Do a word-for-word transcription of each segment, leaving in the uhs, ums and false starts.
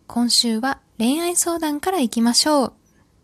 今週は恋愛相談からいきましょう。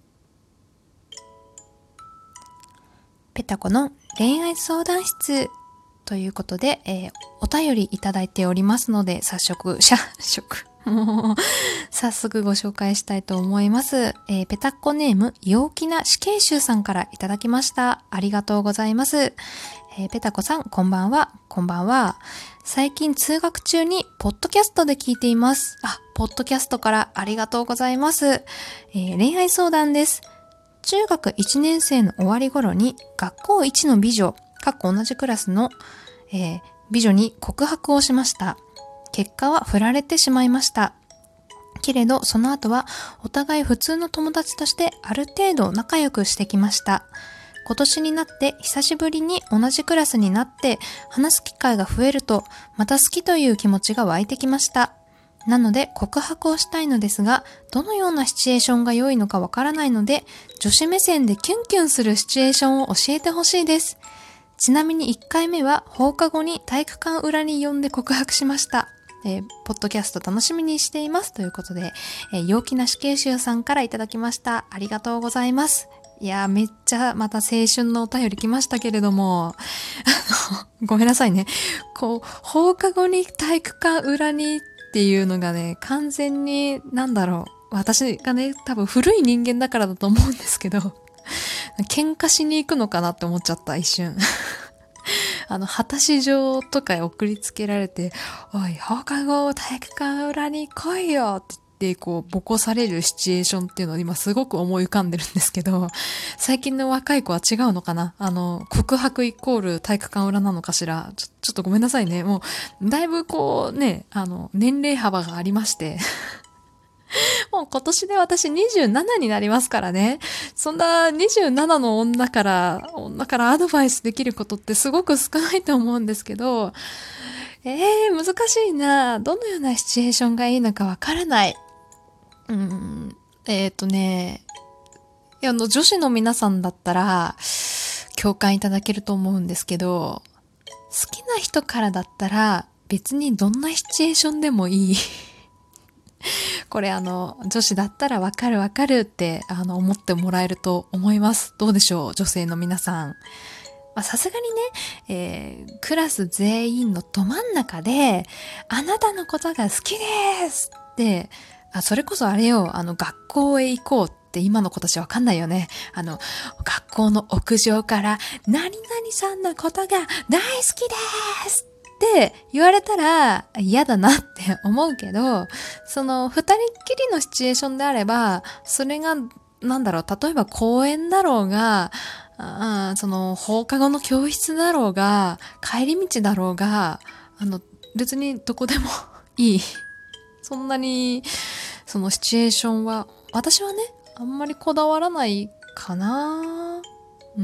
ペタコの恋愛相談室ということで、えー、お便りいただいておりますので、早速、早速、もう、早速ご紹介したいと思います。えー、ペタコネーム、陽気な死刑囚さんからいただきました。ありがとうございます。えー、ペタコさん、こんばんは。こんばんは。最近通学中にポッドキャストで聞いています。あ、ポッドキャストからありがとうございます。えー、恋愛相談です。中学いちねん生の終わり頃に学校一の美女、かっこ同じクラスの、えー、美女に告白をしました。結果は振られてしまいました。けれどその後はお互い普通の友達としてある程度仲良くしてきました。今年になって久しぶりに同じクラスになって話す機会が増えると、また好きという気持ちが湧いてきました。なので告白をしたいのですが、どのようなシチュエーションが良いのかわからないので、女子目線でキュンキュンするシチュエーションを教えてほしいです。ちなみにいっかいめは放課後に体育館裏に呼んで告白しました。えー、ポッドキャスト楽しみにしていますということで、えー、陽気な死刑囚さんからいただきました。ありがとうございます。いやー、めっちゃまた青春のお便り来ましたけれども、あの、ごめんなさいね。こう、放課後に体育館裏にっていうのがね、完全に、なんだろう。私がね、多分古い人間だからだと思うんですけど、喧嘩しに行くのかなって思っちゃった、一瞬。あの、果たし状とか送りつけられて、おい、放課後体育館裏に来いよって言って、こう、ボコされるシチュエーションっていうのを今すごく思い浮かんでるんですけど、最近の若い子は違うのかな？あの、告白イコール体育館裏なのかしら？ちょ、ちょっとごめんなさいね。もう、だいぶこうね、あの、年齢幅がありまして、もう今年で私にじゅうななになりますからね。そんなにじゅうななの女から、女からアドバイスできることってすごく少ないと思うんですけど、えー、難しいな。どのようなシチュエーションがいいのかわからない。うーん、えっとね、いや、あの、女子の皆さんだったら、共感いただけると思うんですけど、好きな人からだったら、別にどんなシチュエーションでもいい。これあの、女子だったらわかるわかるって、あの、思ってもらえると思います。どうでしょう、女性の皆さん。まあ、さすがにね、えー、クラス全員のど真ん中で、あなたのことが好きですって、あ、それこそあれよ、あの、学校へ行こうって今の子たちわかんないよね。あの、学校の屋上から、何々さんのことが大好きですって言われたら嫌だなって思うけど、その二人っきりのシチュエーションであれば、それが、なんだろう、例えば公園だろうが、あその放課後の教室だろうが、帰り道だろうが、あの、別にどこでもいい。そんなに、そのシチュエーションは、私はね、あんまりこだわらないかな。うん。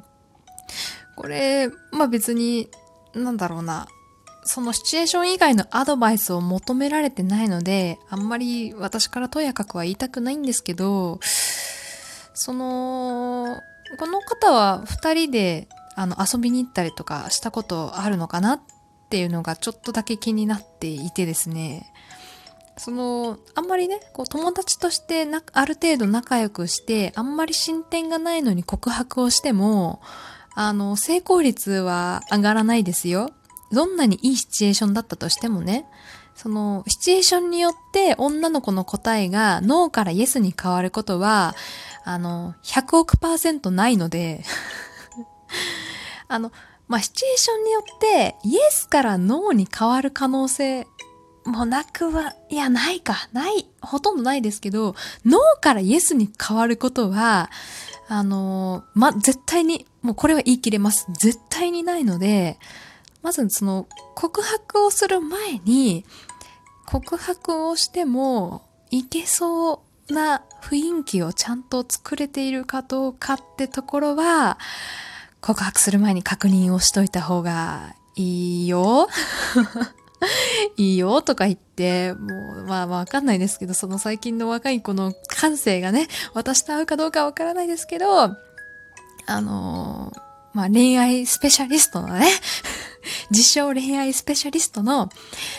これ、まあ別に、なんだろうな。そのシチュエーション以外のアドバイスを求められてないので、あんまり私からとやかくは言いたくないんですけど、その、この方は二人であの遊びに行ったりとかしたことあるのかなっていうのがちょっとだけ気になっていてですね、その、あんまりね、こう友達としてなある程度仲良くして、あんまり進展がないのに告白をしても、あの、成功率は上がらないですよ。どんなにいいシチュエーションだったとしてもね、その、シチュエーションによって女の子の答えがノーからイエスに変わることは、あの、ひゃくおくパーセントないので、あの、まあ、シチュエーションによってイエスからノーに変わる可能性もなくは、いや、ないか。ない。ほとんどないですけど、ノーからイエスに変わることは、あの、ま、絶対に、もうこれは言い切れます。絶対にないので、まずその、告白をする前に、告白をしても、いけそうな雰囲気をちゃんと作れているかどうかってところは、告白する前に確認をしといた方がいいよ。いいよとか言って、もう、まあまあわかんないですけど、その最近の若い子の感性がね、私と合うかどうかわからないですけど、あのー、まあ恋愛スペシャリストのね、自称恋愛スペシャリストの、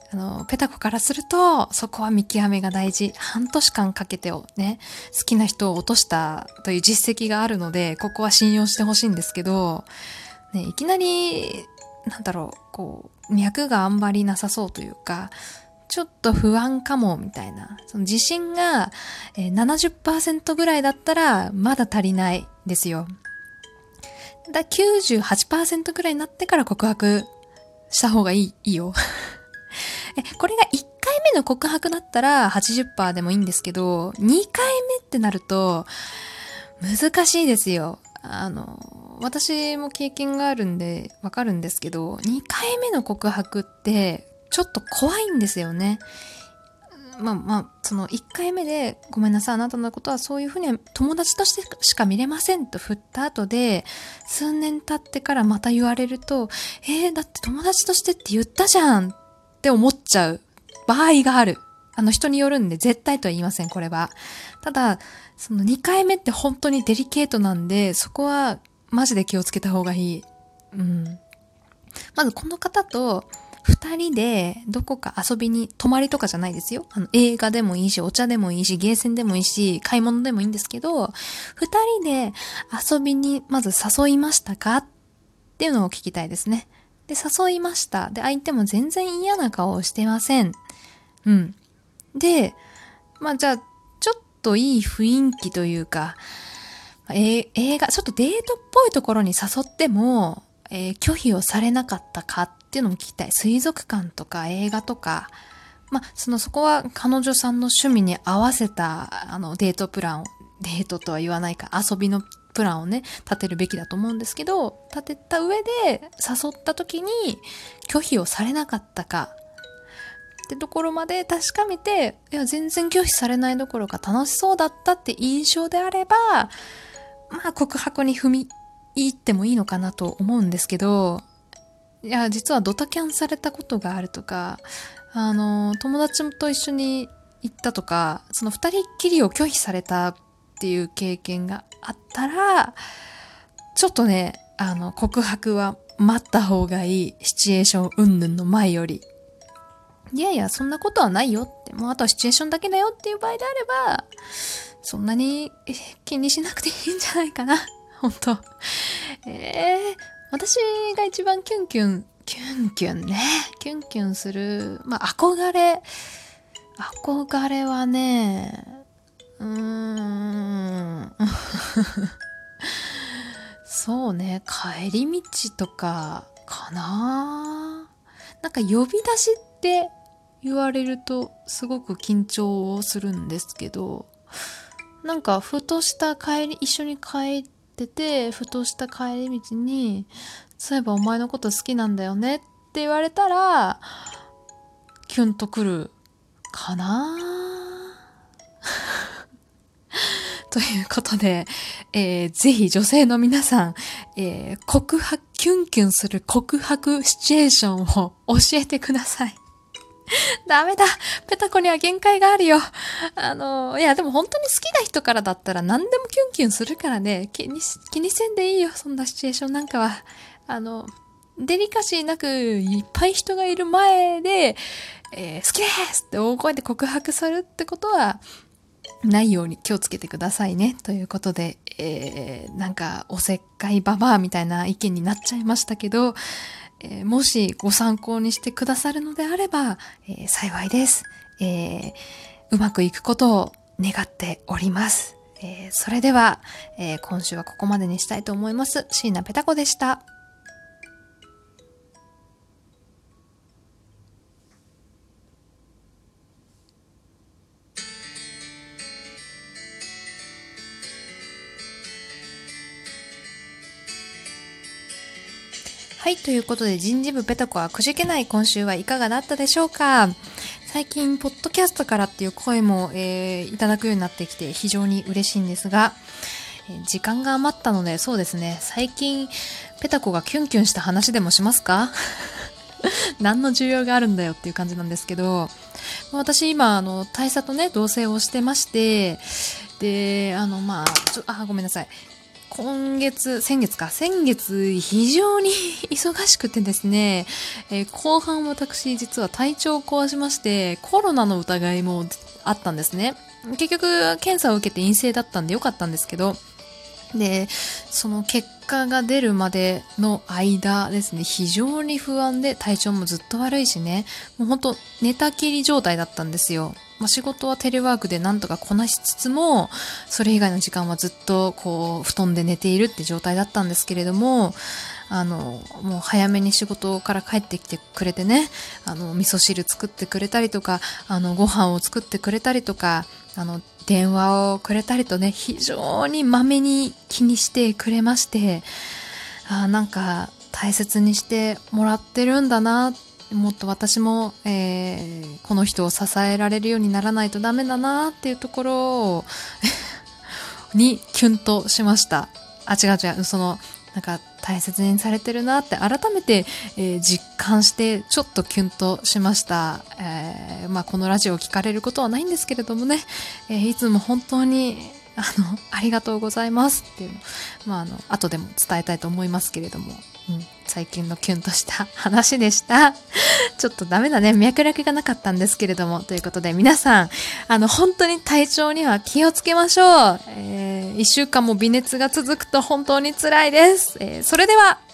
あの、ペタコからすると、そこは見極めが大事。半年間かけてをね、好きな人を落としたという実績があるので、ここは信用してほしいんですけど、ね、いきなり、なんだろう、こう、脈があんまりなさそうというか、ちょっと不安かも、みたいな。その自信が、えー、ななじゅっパーセント ぐらいだったら、まだ足りないですよ。だ、きゅうじゅうはちパーセント ぐらいになってから告白した方がいい、いいよ。え、これがいっかいめの告白だったら はちじゅっパーセント でもいいんですけど、にかいめってなると、難しいですよ。あの、私も経験があるんでわかるんですけど、にかいめの告白ってちょっと怖いんですよね。まあまあ、そのいっかいめでごめんなさい、あなたのことはそういうふうに友達としてしか見れませんと振った後で、数年経ってからまた言われると、えー、だって友達としてって言ったじゃんって思っちゃう場合がある。あの人によるんで絶対とは言いません、これは。ただ、そのにかいめって本当にデリケートなんで、そこはマジで気をつけた方がいい。うん。まずこの方と二人でどこか遊びに、泊まりとかじゃないですよ。あの映画でもいいし、お茶でもいいし、ゲーセンでもいいし、買い物でもいいんですけど、二人で遊びにまず誘いましたかっていうのを聞きたいですね。で、誘いました。で、相手も全然嫌な顔をしてません。うん。で、まあじゃあ、ちょっといい雰囲気というか、えー、映画、ちょっとデートっぽいところに誘っても、えー、拒否をされなかったかっていうのも聞きたい。水族館とか映画とか、まあ、その、そこは彼女さんの趣味に合わせた、あの、デートプランを、デートとは言わないか、遊びのプランをね、立てるべきだと思うんですけど、立てた上で誘った時に拒否をされなかったか、ってところまで確かめて、いや、全然拒否されないどころか楽しそうだったって印象であれば、まあ、告白に踏み入ってもいいのかなと思うんですけど、いや、実はドタキャンされたことがあるとか、あの、友達と一緒に行ったとか、その二人っきりを拒否されたっていう経験があったら、ちょっとね、あの、告白は待った方がいい。シチュエーション云々の前より。いやいや、そんなことはないよって、もうあとはシチュエーションだけだよっていう場合であれば、そんなに気にしなくていいんじゃないかな。本当。えー、私が一番キュンキュン、キュンキュンね。キュンキュンする。まあ、憧れ。憧れはね、うーん。そうね、帰り道とか、かな。なんか呼び出しって言われるとすごく緊張をするんですけど、なんかふとした帰り、一緒に帰ってて、ふとした帰り道に、そういえばお前のこと好きなんだよねって言われたら、キュンとくるかなということで、えー、ぜひ女性の皆さん、えー、告白、キュンキュンする告白シチュエーションを教えてください。ダメだ。ペタコには限界があるよ。あの、いや、でも本当に好きな人からだったら何でもキュンキュンするからね、気にし、気にせんでいいよ。そんなシチュエーションなんかは。あの、デリカシーなくいっぱい人がいる前で、えー、好きですって大声で告白するってことは、ないように気をつけてくださいね。ということで、えー、なんかおせっかいババアみたいな意見になっちゃいましたけど、えー、もしご参考にしてくださるのであれば、えー、幸いです、えー。うまくいくことを願っております。えー、それでは、えー、今週はここまでにしたいと思います。椎名ペタ子でした。はい、ということで人事部ペタコはくじけない今週はいかがだったでしょうか。最近ポッドキャストからっていう声も、えー、いただくようになってきて非常に嬉しいんですが、えー、時間が余ったのでそうですね、最近ペタコがキュンキュンした話でもしますか何の需要があるんだよっていう感じなんですけど、私今あの大佐とね同棲をしてまして、であのまあちょあごめんなさい今月、先月か、先月非常に忙しくてですね、えー、後半私実は体調を壊しまして、コロナの疑いもあったんですね。結局検査を受けて陰性だったんでよかったんですけど、で、その結果が出るまでの間ですね、非常に不安で体調もずっと悪いしね、もうほんと寝たきり状態だったんですよ。まあ、仕事はテレワークでなんとかこなしつつも、それ以外の時間はずっとこう布団で寝ているって状態だったんですけれども、あのもう早めに仕事から帰ってきてくれてね、あの味噌汁作ってくれたりとか、あのご飯を作ってくれたりとか、あの電話をくれたりとね、非常にまめに気にしてくれまして、あ、なんか大切にしてもらってるんだな、もっと私も、えー、この人を支えられるようにならないとダメだなっていうところをにキュンとしました。あ、違う違う、そのなんか大切にされてるなって改めて、えー、実感してちょっとキュンとしました。えー、まあこのラジオを聞かれることはないんですけれどもね、えー、いつも本当にあのありがとうございますっていうの、まああの後でも伝えたいと思いますけれども、うん、最近のキュンとした話でした。ちょっとダメだね、脈絡がなかったんですけれども、ということで皆さん、あの本当に体調には気をつけましょう。えー、いっしゅうかんも微熱が続くと本当に辛いです。えー、それでは